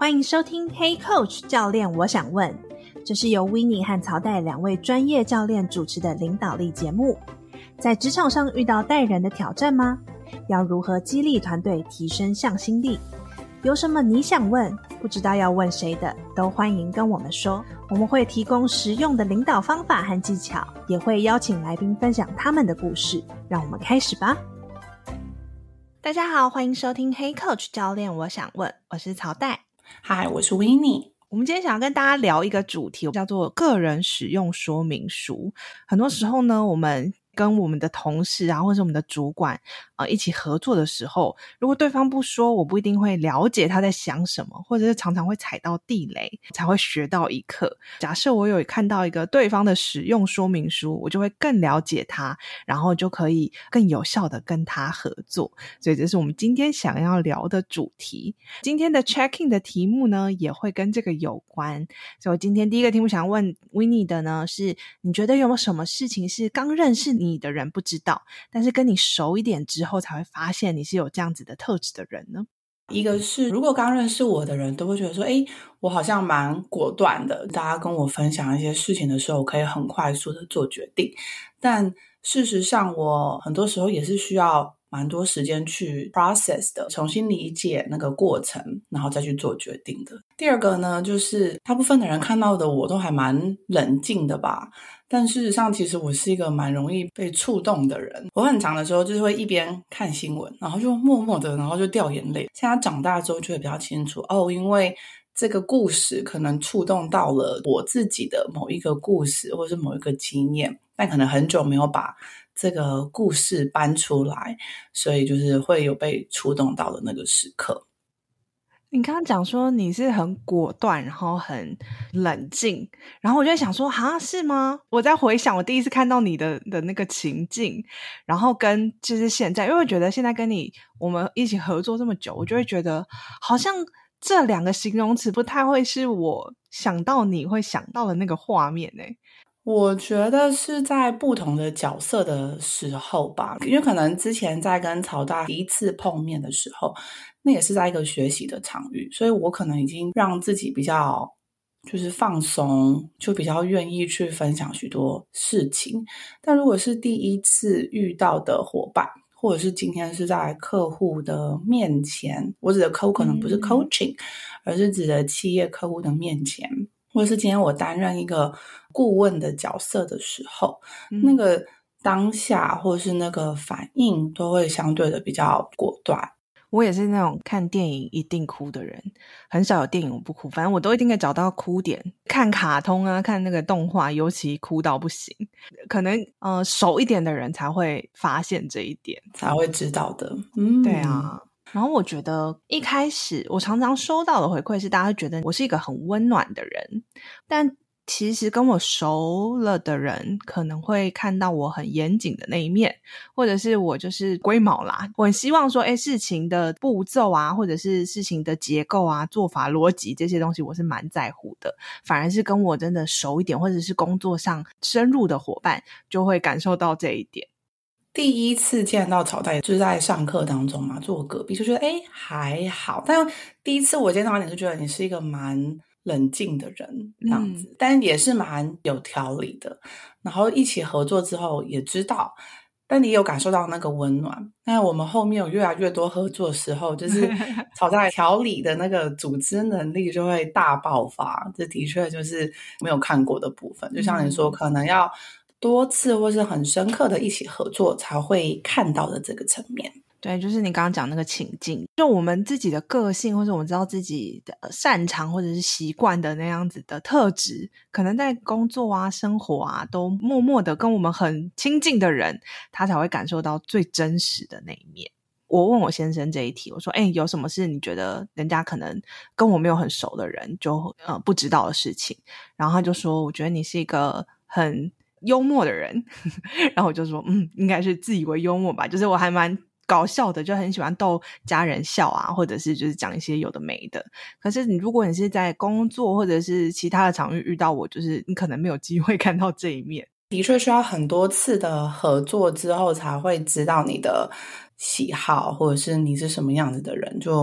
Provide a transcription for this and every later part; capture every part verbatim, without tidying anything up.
欢迎收听 Hey Coach 教练我想问，这是由 Winnie 和曹代两位专业教练主持的领导力节目。在职场上遇到带人的挑战吗？要如何激励团队提升向心力？有什么你想问不知道要问谁的，都欢迎跟我们说，我们会提供实用的领导方法和技巧，也会邀请来宾分享他们的故事。让我们开始吧。大家好，欢迎收听 Hey Coach 教练我想问，我是曹代。 嗨，我是 Winnie。 我们今天想要跟大家聊一个主题，叫做个人使用说明书。很多时候呢，我们跟我们的同事啊，或者是我们的主管呃，一起合作的时候，如果对方不说，我不一定会了解他在想什么，或者是常常会踩到地雷，才会学到一课。假设我有看到一个对方的使用说明书，我就会更了解他，然后就可以更有效的跟他合作。所以这是我们今天想要聊的主题。今天的 check-in 的题目呢，也会跟这个有关。所以我今天第一个题目想问 Winnie 的呢，是你觉得有没有什么事情是刚认识你你的人不知道，但是跟你熟一点之后才会发现你是有这样子的特质的人呢？ 一个是如果刚认识我的人都会觉得说，诶，我好像蛮果断的，大家跟我分享一些事情的时候，我可以很快速的做决定。但事实上我很多时候也是需要蛮多时间去 process 的，重新理解那个过程，然后再去做决定的。第二个呢，就是大部分的人看到的我都还蛮冷静的吧，但事实上其实我是一个蛮容易被触动的人。我很长的时候就是会一边看新闻，然后就默默的，然后就掉眼泪。现在长大之后就会比较清楚，哦，因为这个故事可能触动到了我自己的某一个故事，或是某一个经验，但可能很久没有把这个故事搬出来，所以就是会有被触动到的那个时刻。 你刚刚讲说你是很果断，然后很冷静，然后我就在想说，哈，是吗？我在回想我第一次看到你的的那个情境，然后跟就是现在，因为我觉得现在跟你我们一起合作这么久，我就会觉得好像这两个形容词不太会是我想到你会想到的那个画面欸。 我觉得是在不同的角色的时候吧，因为可能之前在跟曹大第一次碰面的时候，那也是在一个学习的场域，所以我可能已经让自己比较就是放松，就比较愿意去分享许多事情。但如果是第一次遇到的伙伴，或者是今天是在客户的面前，我指的客户可能不是 coaching、嗯、而是指的企业客户的面前，或者是今天我担任一个顾问的角色的时候、嗯、那个当下或是那个反应都会相对的比较果断。 我也是那种看电影一定哭的人，很少有电影我不哭，反正我都一定可以找到哭点。看卡通啊，看那个动画，尤其哭到不行。可能呃熟一点的人才会发现这一点， 才会知道的。嗯， 对啊。然后我觉得一开始我常常收到的回馈是大家会觉得我是一个很温暖的人，但其实跟我熟了的人可能会看到我很严谨的那一面，或者是我就是龟毛啦。我很希望说诶事情的步骤啊，或者是事情的结构啊，做法逻辑这些东西我是蛮在乎的，反而是跟我真的熟一点或者是工作上深入的伙伴就会感受到这一点。 第一次见到曹代就是在上课当中嘛，坐我隔壁就觉得诶还好，但第一次我见到你是觉得你是一个蛮冷静的人这样子、嗯、但也是蛮有条理的，然后一起合作之后也知道，但你有感受到那个温暖。那我们后面有越来越多合作的时候，就是曹代条理的那个组织能力就会大爆发，这的确就是没有看过的部分，就像你说、嗯、可能要多次或是很深刻的一起合作才会看到的这个层面。 对，就是你刚刚讲那个情境，就我们自己的个性或者我们知道自己的擅长或者是习惯的那样子的特质，可能在工作啊生活啊都默默的跟我们很亲近的人，他才会感受到最真实的那一面。我问我先生这一题，我说诶有什么是你觉得人家可能跟我没有很熟的人就呃不知道的事情，然后他就说我觉得你是一个很幽默的人然后我就说嗯应该是自以为幽默吧，就是我还蛮搞笑的，就很喜欢逗家人笑啊，或者是就是讲一些有的没的。可是你如果你是在工作或者是其他的场域遇到我，就是你可能没有机会看到这一面。 的确需要很多次的合作之后才会知道你的喜好或者是你是什么样子的人，就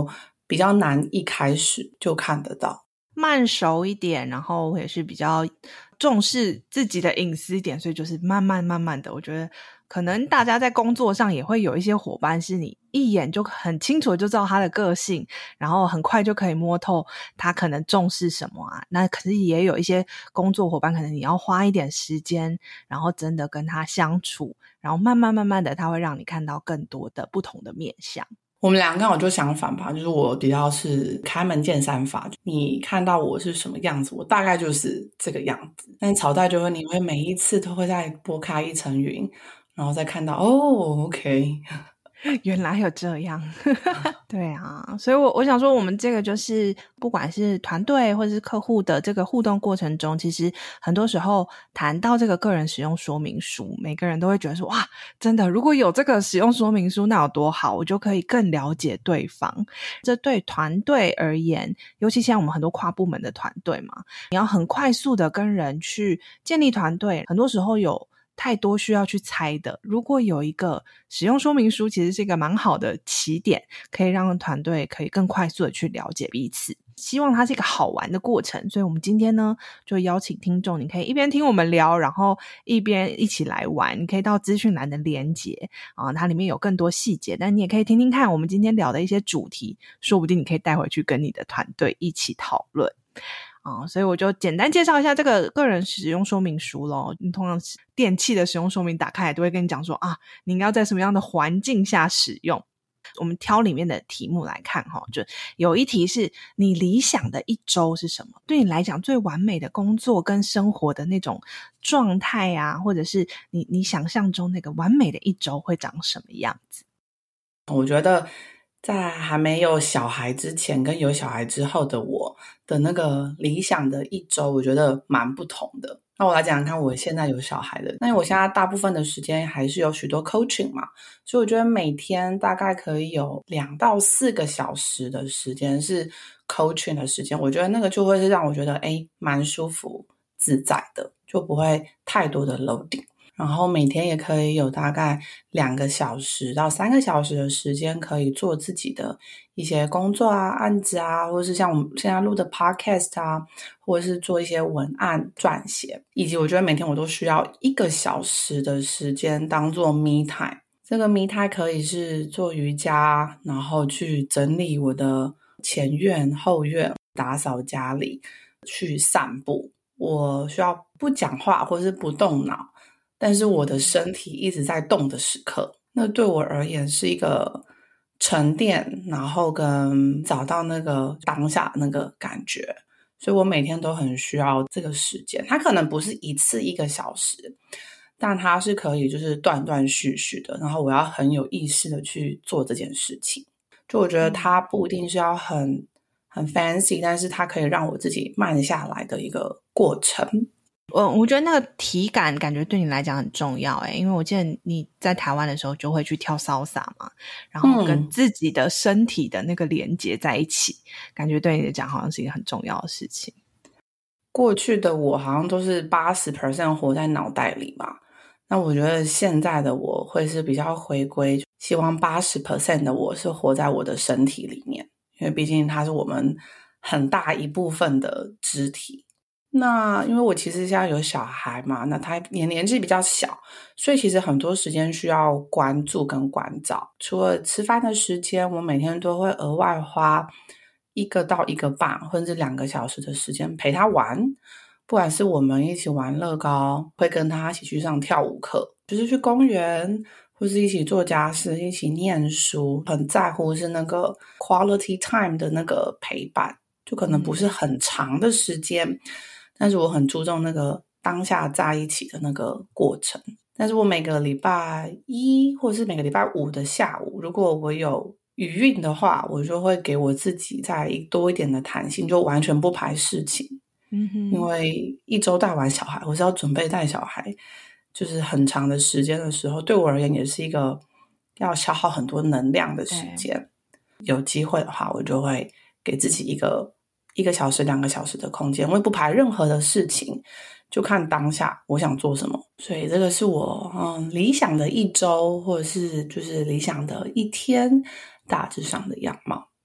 比较难一开始就看得到。 慢熟一点，然后也是比较重视自己的隐私一点，所以就是慢慢慢慢的，我觉得可能大家在工作上也会有一些伙伴是你一眼就很清楚就知道他的个性，然后很快就可以摸透他可能重视什么啊。那可是也有一些工作伙伴可能你要花一点时间，然后真的跟他相处，然后慢慢慢慢的他会让你看到更多的不同的面向。 我们两个刚好就相反吧，就是我比较是开门见山法，你看到我是什么样子，我大概就是这个样子。但朝代就会，你会每一次都会再拨开一层云，然后再看到哦 OK 原来有这样对啊，所以我我想说我们这个就是不管是团队或者是客户的这个互动过程中，其实很多时候谈到这个个人使用说明书，每个人都会觉得说哇，真的如果有这个使用说明书那有多好，我就可以更了解对方。这对团队而言，尤其现在我们很多跨部门的团队嘛，你要很快速的跟人去建立团队，很多时候有太多需要去猜的，如果有一个使用说明书，其实是一个蛮好的起点，可以让团队可以更快速的去了解彼此，希望它是一个好玩的过程。所以我们今天呢就邀请听众，你可以一边听我们聊，然后一边一起来玩。你可以到资讯栏的连结啊，它里面有更多细节，但你也可以听听看我们今天聊的一些主题，说不定你可以带回去跟你的团队一起讨论啊、所以我就简单介绍一下这个个人使用说明书咯。你通常电器的使用说明打开来都会跟你讲说啊，你应该要在什么样的环境下使用。我们挑里面的题目来看齁，就有一题是你理想的一周是什么？对你来讲最完美的工作跟生活的那种状态啊，或者是你你想象中那个完美的一周会长什么样子？ 我觉得在还没有小孩之前跟有小孩之后的我的那个理想的一周，我觉得蛮不同的。那我来讲讲看我现在有小孩的，那我现在大部分的时间还是有许多 coaching 嘛，所以我觉得每天大概可以有两到四个小时的时间是 coaching 的时间，我觉得那个就会是让我觉得诶蛮舒服自在的，就不会太多的 loading。然后每天也可以有大概两个小时到三个小时的时间可以做自己的一些工作啊、案子啊，或者是像我们现在录的 podcast 啊，或者是做一些文案撰写，以及我觉得每天我都需要一个小时的时间当做 me time。这个 me time 可以是做瑜伽，然后去整理我的前院、后院，打扫家里，去散步。我需要不讲话或是不动脑，但是我的身体一直在动的时刻，那对我而言是一个沉淀，然后跟找到那个当下那个感觉，所以我每天都很需要这个时间。它可能不是一次一个小时，但它是可以就是断断续续的，然后我要很有意识的去做这件事情。就我觉得它不一定是要很很 fancy， 但是它可以让我自己慢下来的一个过程。 我我觉得那个体感感觉对你来讲很重要诶，因为我记得你在台湾的时候就会去跳salsa嘛，然后跟自己的身体的那个连接在一起、嗯、感觉对你来讲好像是一个很重要的事情。 过去的我好像都是 百分之八十 活在脑袋里嘛，那我觉得现在的我会是比较回归，希望 百分之八十 的我是活在我的身体里面，因为毕竟它是我们很大一部分的肢体。那因为我其实现在有小孩嘛，那他年年纪比较小，所以其实很多时间需要关注跟关照。除了吃饭的时间，我每天都会额外花一个到一个半或者是两个小时的时间陪他玩，不管是我们一起玩乐高，会跟他一起去上跳舞课，就是去公园，或是一起做家事，一起念书，很在乎是那个 quality time 的那个陪伴，就可能不是很长的时间、嗯，但是我很注重那个当下在一起的那个过程。但是我每个礼拜一或是每个礼拜五的下午，如果我有余韵的话，我就会给我自己再多一点的弹性，就完全不排事情。嗯哼，因为一周带完小孩，我是要准备带小孩，就是很长的时间的时候，对我而言也是一个要消耗很多能量的时间。有机会的话，我就会给自己一个一个小时两个小时的空间，我也不排任何的事情，就看当下我想做什么。所以这个是我嗯理想的一周，或者是就是理想的一天大致上的样貌。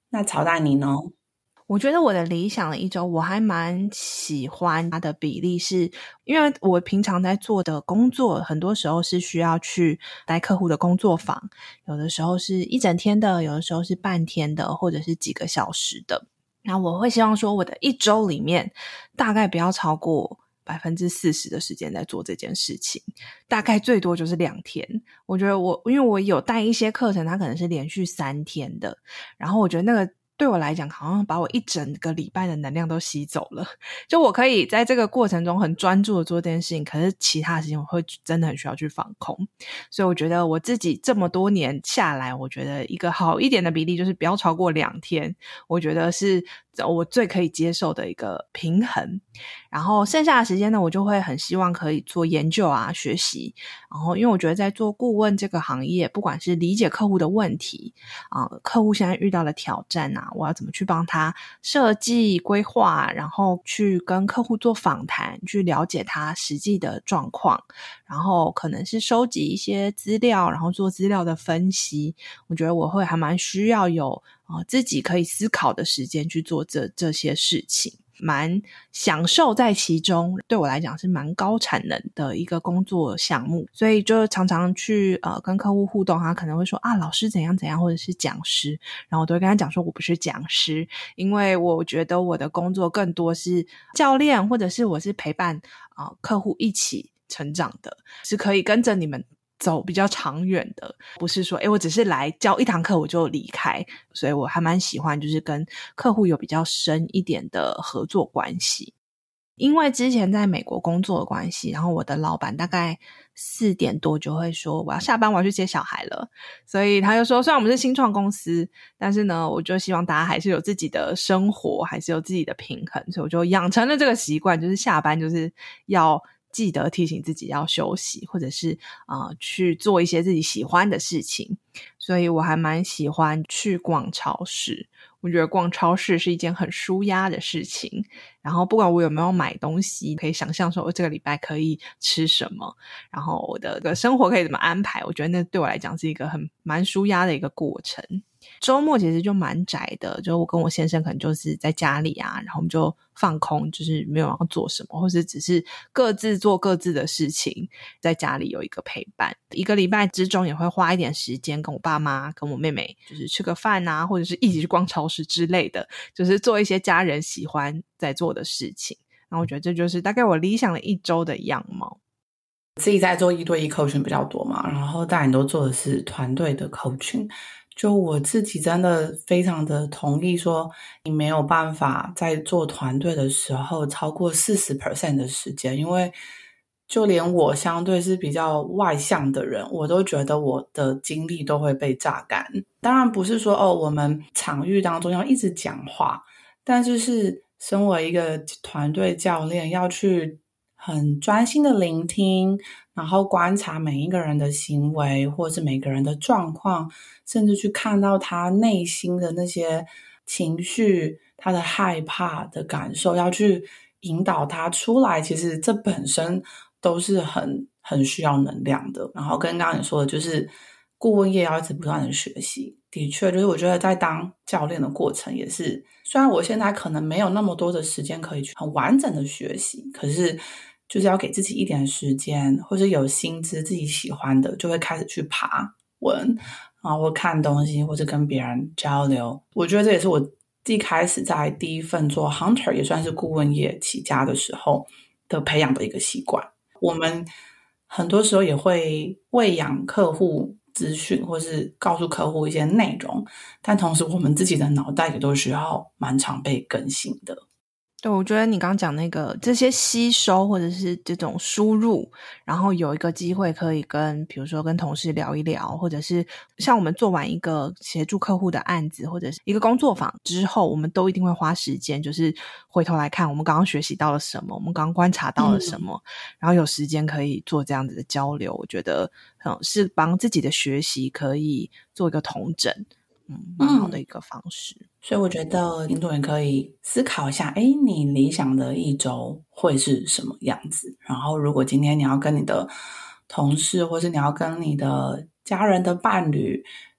那曹代你呢？ 我觉得我的理想的一周，我还蛮喜欢它的比例是，因为我平常在做的工作，很多时候是需要去带客户的工作坊，有的时候是一整天的，有的时候是半天的，或者是几个小时的。那我会希望说，我的一周里面大概不要超过百分之四十的时间在做这件事情，大概最多就是两天。我觉得我因为我有带一些课程，它可能是连续三天的，然后我觉得那个对我来讲好像把我一整个礼拜的能量都吸走了，就我可以在这个过程中很专注的做这件事情，可是其他的事情我会真的很需要去放空。所以我觉得我自己这么多年下来，我觉得一个好一点的比例就是不要超过两天，我觉得是我最可以接受的一个平衡。然后剩下的时间呢，我就会很希望可以做研究啊，学习。然后因为我觉得在做顾问这个行业，不管是理解客户的问题啊、呃，客户现在遇到的挑战啊，我要怎么去帮他设计规划，然后去跟客户做访谈，去了解他实际的状况，然后可能是收集一些资料，然后做资料的分析。我觉得我会还蛮需要有呃自己可以思考的时间去做这这些事情，蛮享受在其中，对我来讲是蛮高产能的一个工作项目。所以就常常去呃跟客户互动，他可能会说啊老师怎样怎样，或者是讲师，然后我都会跟他讲说我不是讲师，因为我觉得我的工作更多是教练，或者是我是陪伴呃客户一起成长的，是可以跟着你们走比较长远的，不是说诶我只是来教一堂课我就离开。所以我还蛮喜欢就是跟客户有比较深一点的合作关系。因为之前在美国工作的关系，然后我的老板大概四点多就会说我要下班，我要去接小孩了，所以他就说虽然我们是新创公司，但是呢我就希望大家还是有自己的生活，还是有自己的平衡，所以我就养成了这个习惯，就是下班就是要记得提醒自己要休息，或者是呃去做一些自己喜欢的事情。所以我还蛮喜欢去逛超市，我觉得逛超市是一件很舒压的事情，然后不管我有没有买东西，可以想象说我这个礼拜可以吃什么，然后我的个生活可以怎么安排，我觉得那对我来讲是一个很蛮舒压的一个过程。周末其实就蛮宅的，就我跟我先生可能就是在家里啊，然后我们就放空，就是没有要做什么，或是只是各自做各自的事情，在家里有一个陪伴。一个礼拜之中也会花一点时间跟我爸妈跟我妹妹就是吃个饭啊，或者是一起去逛超市之类的，就是做一些家人喜欢在做的事情。然后我觉得这就是大概我理想的一周的样貌。 自己在做一对一 coaching 比较多嘛，然后当然都做的是团队的 coaching。就我自己真的非常的同意说，你没有办法在做团队的时候超过 百分之四十 的时间，因为就连我相对是比较外向的人，我都觉得我的精力都会被榨干。当然不是说哦，我们场域当中要一直讲话，但是是身为一个团队教练要去很专心的聆听，然后观察每一个人的行为，或是每个人的状况，甚至去看到他内心的那些情绪，他的害怕的感受，要去引导他出来，其实这本身都是很很需要能量的。然后跟刚刚你说的就是顾问业要一直不断的学习，的确就是我觉得在当教练的过程也是，虽然我现在可能没有那么多的时间可以去很完整的学习，可是就是要给自己一点时间，或者有薪资自己喜欢的，就会开始去爬文，然后或看东西，或者跟别人交流。我觉得这也是我一开始在第一份做 hunter 也算是顾问业起家的时候的培养的一个习惯。我们很多时候也会喂养客户资讯，或是告诉客户一些内容，但同时我们自己的脑袋也都需要蛮常被更新的。 对，我觉得你刚刚讲那个这些吸收或者是这种输入，然后有一个机会可以跟比如说跟同事聊一聊，或者是像我们做完一个协助客户的案子或者是一个工作坊之后，我们都一定会花时间就是回头来看我们刚刚学习到了什么，我们刚刚观察到了什么、嗯、然后有时间可以做这样子的交流，我觉得、嗯、是帮自己的学习可以做一个统整，嗯，蛮好的一个方式、嗯、 所以我觉得听众也可以思考一下，诶，你理想的一周会是什么样子？然后如果今天你要跟你的同事，或是你要跟你的家人的伴侣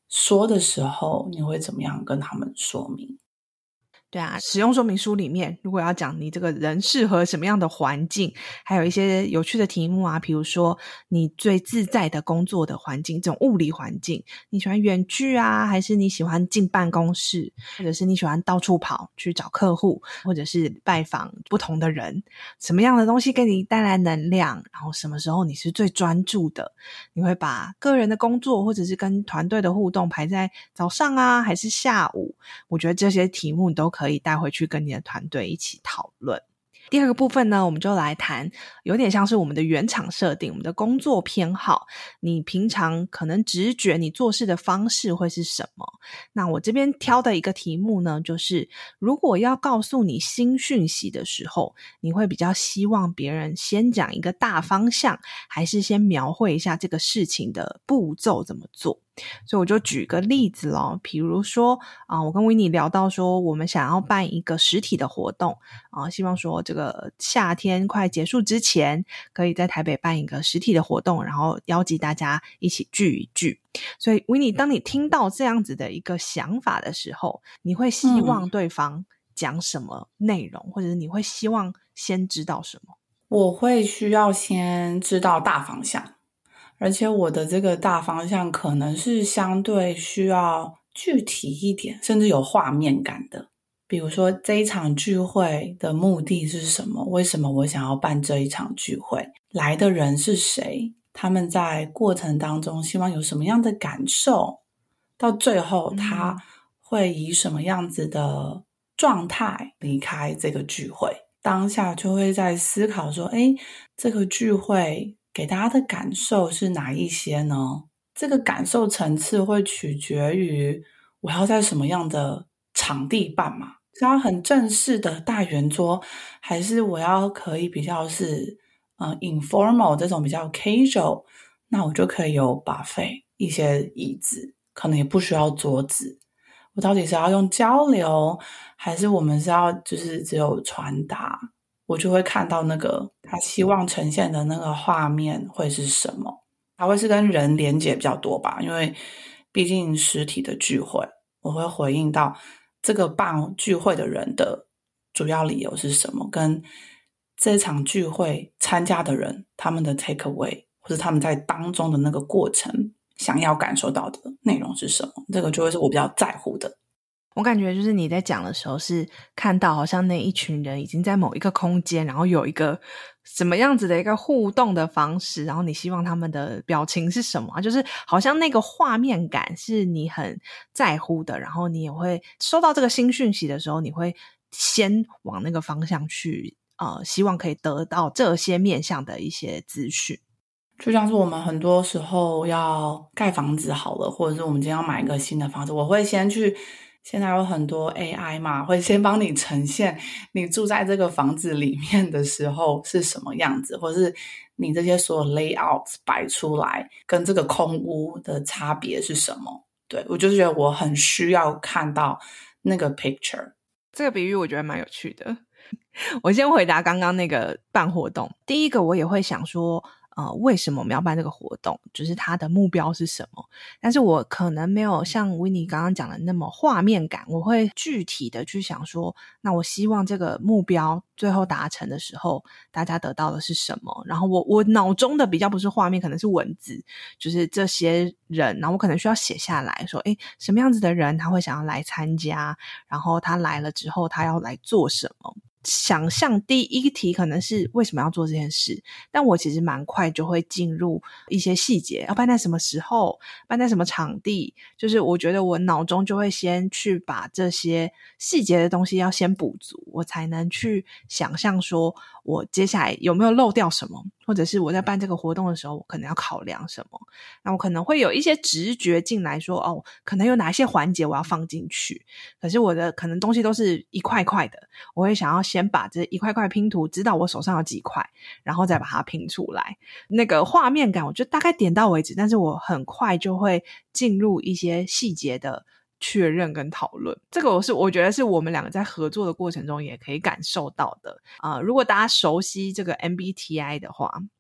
说的时候，你会怎么样跟他们说明？ 对啊，使用说明书里面如果要讲你这个人适合什么样的环境，还有一些有趣的题目啊，比如说你最自在的工作的环境，这种物理环境，你喜欢远距啊，还是你喜欢进办公室，或者是你喜欢到处跑去找客户，或者是拜访不同的人，什么样的东西给你带来能量，然后什么时候你是最专注的，你会把个人的工作或者是跟团队的互动排在早上啊还是下午，我觉得这些题目你都可以带回去跟你的团队一起讨论。第二个部分呢，我们就来谈有点像是我们的原厂设定，我们的工作偏好，你平常可能直觉你做事的方式会是什么。那我这边挑的一个题目呢，就是如果要告诉你新讯息的时候，你会比较希望别人先讲一个大方向，还是先描绘一下这个事情的步骤怎么做。所以我就举个例子咯，比如说啊、呃，我跟 Winnie 聊到说我们想要办一个实体的活动啊、呃，希望说这个夏天快结束之前可以在台北办一个实体的活动，然后邀集大家一起聚一聚。所以 Winnie 当你听到这样子的一个想法的时候，你会希望对方讲什么内容、嗯、或者是你会希望先知道什么？ 我会需要先知道大方向，而且我的这个大方向可能是相对需要具体一点，甚至有画面感的。比如说这一场聚会的目的是什么？为什么我想要办这一场聚会？来的人是谁？他们在过程当中希望有什么样的感受？到最后他会以什么样子的状态离开这个聚会？当下就会在思考说，诶，这个聚会给大家的感受是哪一些呢？这个感受层次会取决于我要在什么样的场地办嘛？是要很正式的大圆桌，还是我要可以比较是呃 informal 这种比较 casual， 那我就可以有 buffet 一些椅子，可能也不需要桌子。我到底是要用交流，还是我们是要就是只有传达？我就会看到那个他希望呈现的那个画面会是什么。他会是跟人连结比较多吧，因为毕竟实体的聚会，我会回应到这个办聚会的人的主要理由是什么，跟这场聚会参加的人他们的 take away， 或者他们在当中的那个过程想要感受到的内容是什么，这个就会是我比较在乎的。 我感觉就是你在讲的时候是看到好像那一群人已经在某一个空间，然后有一个什么样子的一个互动的方式，然后你希望他们的表情是什么，就是好像那个画面感是你很在乎的，然后你也会收到这个新讯息的时候，你会先往那个方向去呃，希望可以得到这些面向的一些资讯。 就像是我们很多时候要盖房子好了，或者是我们今天要买一个新的房子，我会先去，现在有很多 A I 嘛，会先帮你呈现你住在这个房子里面的时候是什么样子，或者是你这些所有 layout 摆出来跟这个空屋的差别是什么。对，我就是觉得我很需要看到那个 picture。 这个比喻我觉得蛮有趣的。我先回答刚刚那个办活动，第一个我也会想说呃，为什么我们要办这个活动，就是它的目标是什么，但是我可能没有像 Winnie 刚刚讲的那么画面感，我会具体的去想说，那我希望这个目标最后达成的时候大家得到的是什么，然后我我脑中的比较不是画面，可能是文字，就是这些人，然后我可能需要写下来说，诶，什么样子的人他会想要来参加，然后他来了之后他要来做什么。想象第一题可能是为什么要做这件事，但我其实蛮快就会进入一些细节，要办在什么时候，办在什么场地，就是我觉得我脑中就会先去把这些细节的东西要先补足，我才能去想象说我接下来有没有漏掉什么，或者是我在办这个活动的时候我可能要考量什么，那我可能会有一些直觉进来说，哦，可能有哪些环节我要放进去，可是我的可能东西都是一块块的，我会想要先把这一块块拼图知道我手上有几块，然后再把它拼出来。那个画面感我就大概点到为止，但是我很快就会进入一些细节的确认跟讨论，这个我是我觉得是我们两个在合作的过程中也可以感受到的。呃，如果大家熟悉这个 M B T I 的话，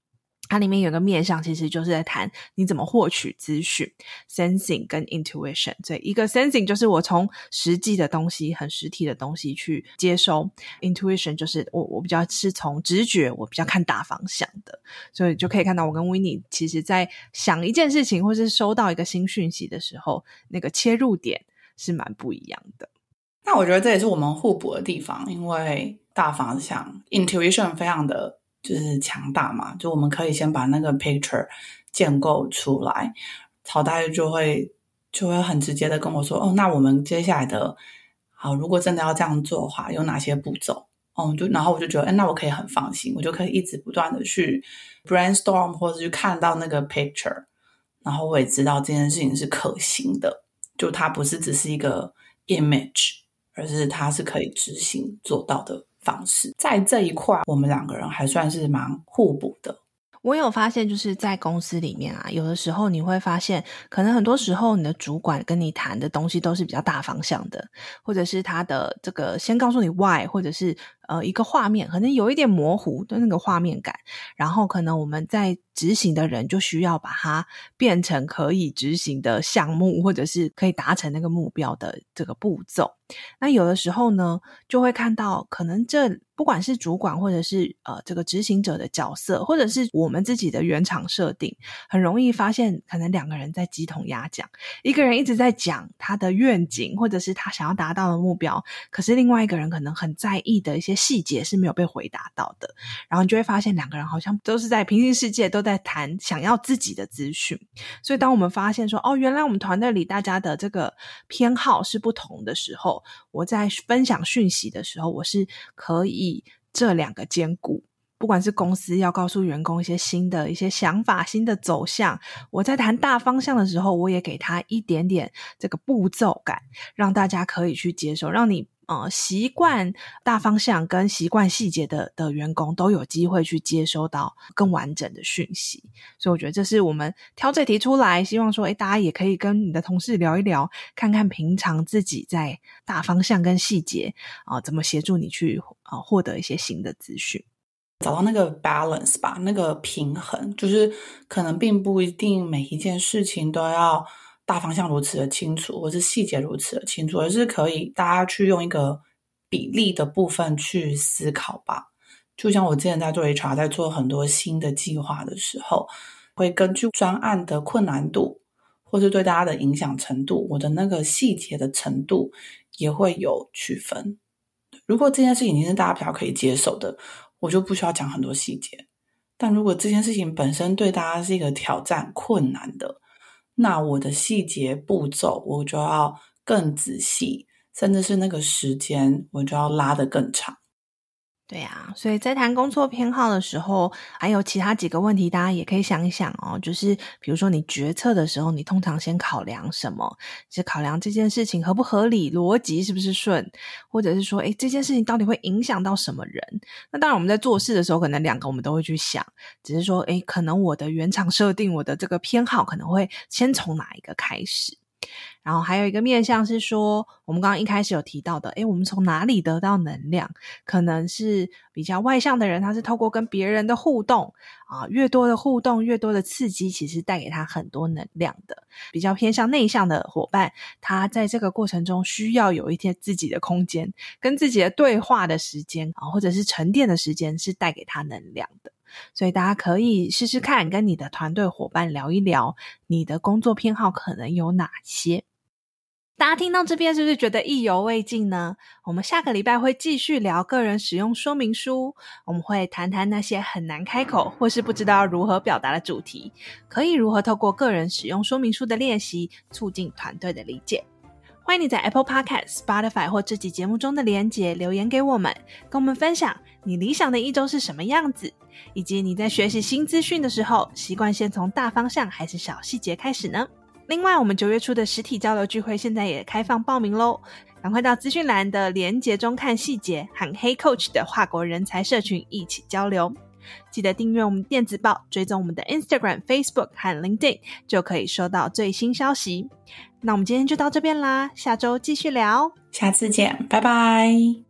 它里面有个面向其实就是在谈你怎么获取资讯 sensing 跟 intuition。 所以一个 sensing 就是我从实际的东西很实体的东西去接收， intuition 就是我我比较是从直觉，我比较看大方向的。所以就可以看到我跟 Winnie 其实在想一件事情或是收到一个新讯息的时候，那个切入点是蛮不一样的。 那我觉得这也是我们互补的地方，因为大方向 intuition 非常的就是强大嘛，就我们可以先把那个 picture 建构出来，曹大爷就会就会很直接的跟我说，哦，那我们接下来的好，如果真的要这样做的话，有哪些步骤？哦，就然后我就觉得，哎，那我可以很放心，我就可以一直不断的去 brainstorm 或者去看到那个 picture， 然后我也知道这件事情是可行的，就它不是只是一个 image， 而是它是可以执行做到的方式。在这一块我们两个人还算是蛮互补的。 我有发现就是在公司里面啊，有的时候你会发现可能很多时候你的主管跟你谈的东西都是比较大方向的，或者是他的这个先告诉你 why， 或者是呃一个画面可能有一点模糊的那个画面感，然后可能我们在执行的人就需要把它变成可以执行的项目，或者是可以达成那个目标的这个步骤。那有的时候呢就会看到可能这不管是主管或者是呃这个执行者的角色，或者是我们自己的原厂设定，很容易发现可能两个人在鸡同鸭讲，一个人一直在讲他的愿景或者是他想要达到的目标，可是另外一个人可能很在意的一些细节是没有被回答到的，然后你就会发现两个人好像都是在平行世界，都在谈想要自己的资讯。所以当我们发现说哦，原来我们团队里大家的这个偏好是不同的时候，我在分享讯息的时候，我是可以这两个兼顾，不管是公司要告诉员工一些新的一些想法新的走向，我在谈大方向的时候我也给他一点点这个步骤感，让大家可以去接受，让你呃，习惯大方向跟习惯细节的的员工都有机会去接收到更完整的讯息。所以我觉得这是我们挑这题出来，希望说诶大家也可以跟你的同事聊一聊，看看平常自己在大方向跟细节啊、呃、怎么协助你去呃获得一些新的资讯， 找到那个 balance 吧，那个平衡，就是可能并不一定每一件事情都要大方向如此的清楚，或是细节如此的清楚，而是可以大家去用一个比例的部分去思考吧。就像我之前在做 H R， 在做很多新的计划的时候，会根据专案的困难度，或是对大家的影响程度，我的那个细节的程度也会有区分。如果这件事情已经是大家比较可以接受的，我就不需要讲很多细节。但如果这件事情本身对大家是一个挑战困难的，那我的细节步骤我就要更仔细，甚至是那个时间我就要拉得更长。 对啊，所以在谈工作偏好的时候，还有其他几个问题大家也可以想一想哦，就是比如说你决策的时候，你通常先考量什么？是考量这件事情合不合理，逻辑是不是顺，或者是说诶这件事情到底会影响到什么人？那当然我们在做事的时候可能两个我们都会去想，只是说诶可能我的原厂设定，我的这个偏好可能会先从哪一个开始。然后还有一个面向是说我们刚刚一开始有提到的，诶我们从哪里得到能量？可能是比较外向的人，他是透过跟别人的互动啊，越多的互动越多的刺激，其实带给他很多能量的。比较偏向内向的伙伴，他在这个过程中需要有一些自己的空间，跟自己的对话的时间啊，或者是沉淀的时间，是带给他能量的。所以大家可以试试看，跟你的团队伙伴聊一聊你的工作偏好可能有哪些。大家听到这边是不是觉得意犹未尽呢？我们下个礼拜会继续聊个人使用说明书，我们会谈谈那些很难开口或是不知道如何表达的主题，可以如何透过个人使用说明书的练习促进团队的理解。欢迎你在 Apple Podcast、Spotify 或这集节目中的连结留言给我们，跟我们分享你理想的一周是什么样子，以及你在学习新资讯的时候，习惯先从大方向还是小细节开始呢？另外我们九月初的实体交流聚会现在也开放报名咯，赶快到资讯栏的连结中看细节，和 Hey Coach 的跨国人才社群一起交流。记得订阅我们电子报，追踪我们的 Instagram、Facebook 和 LinkedIn， 就可以收到最新消息。那我们今天就到这边啦，下周继续聊， 下次见，拜拜。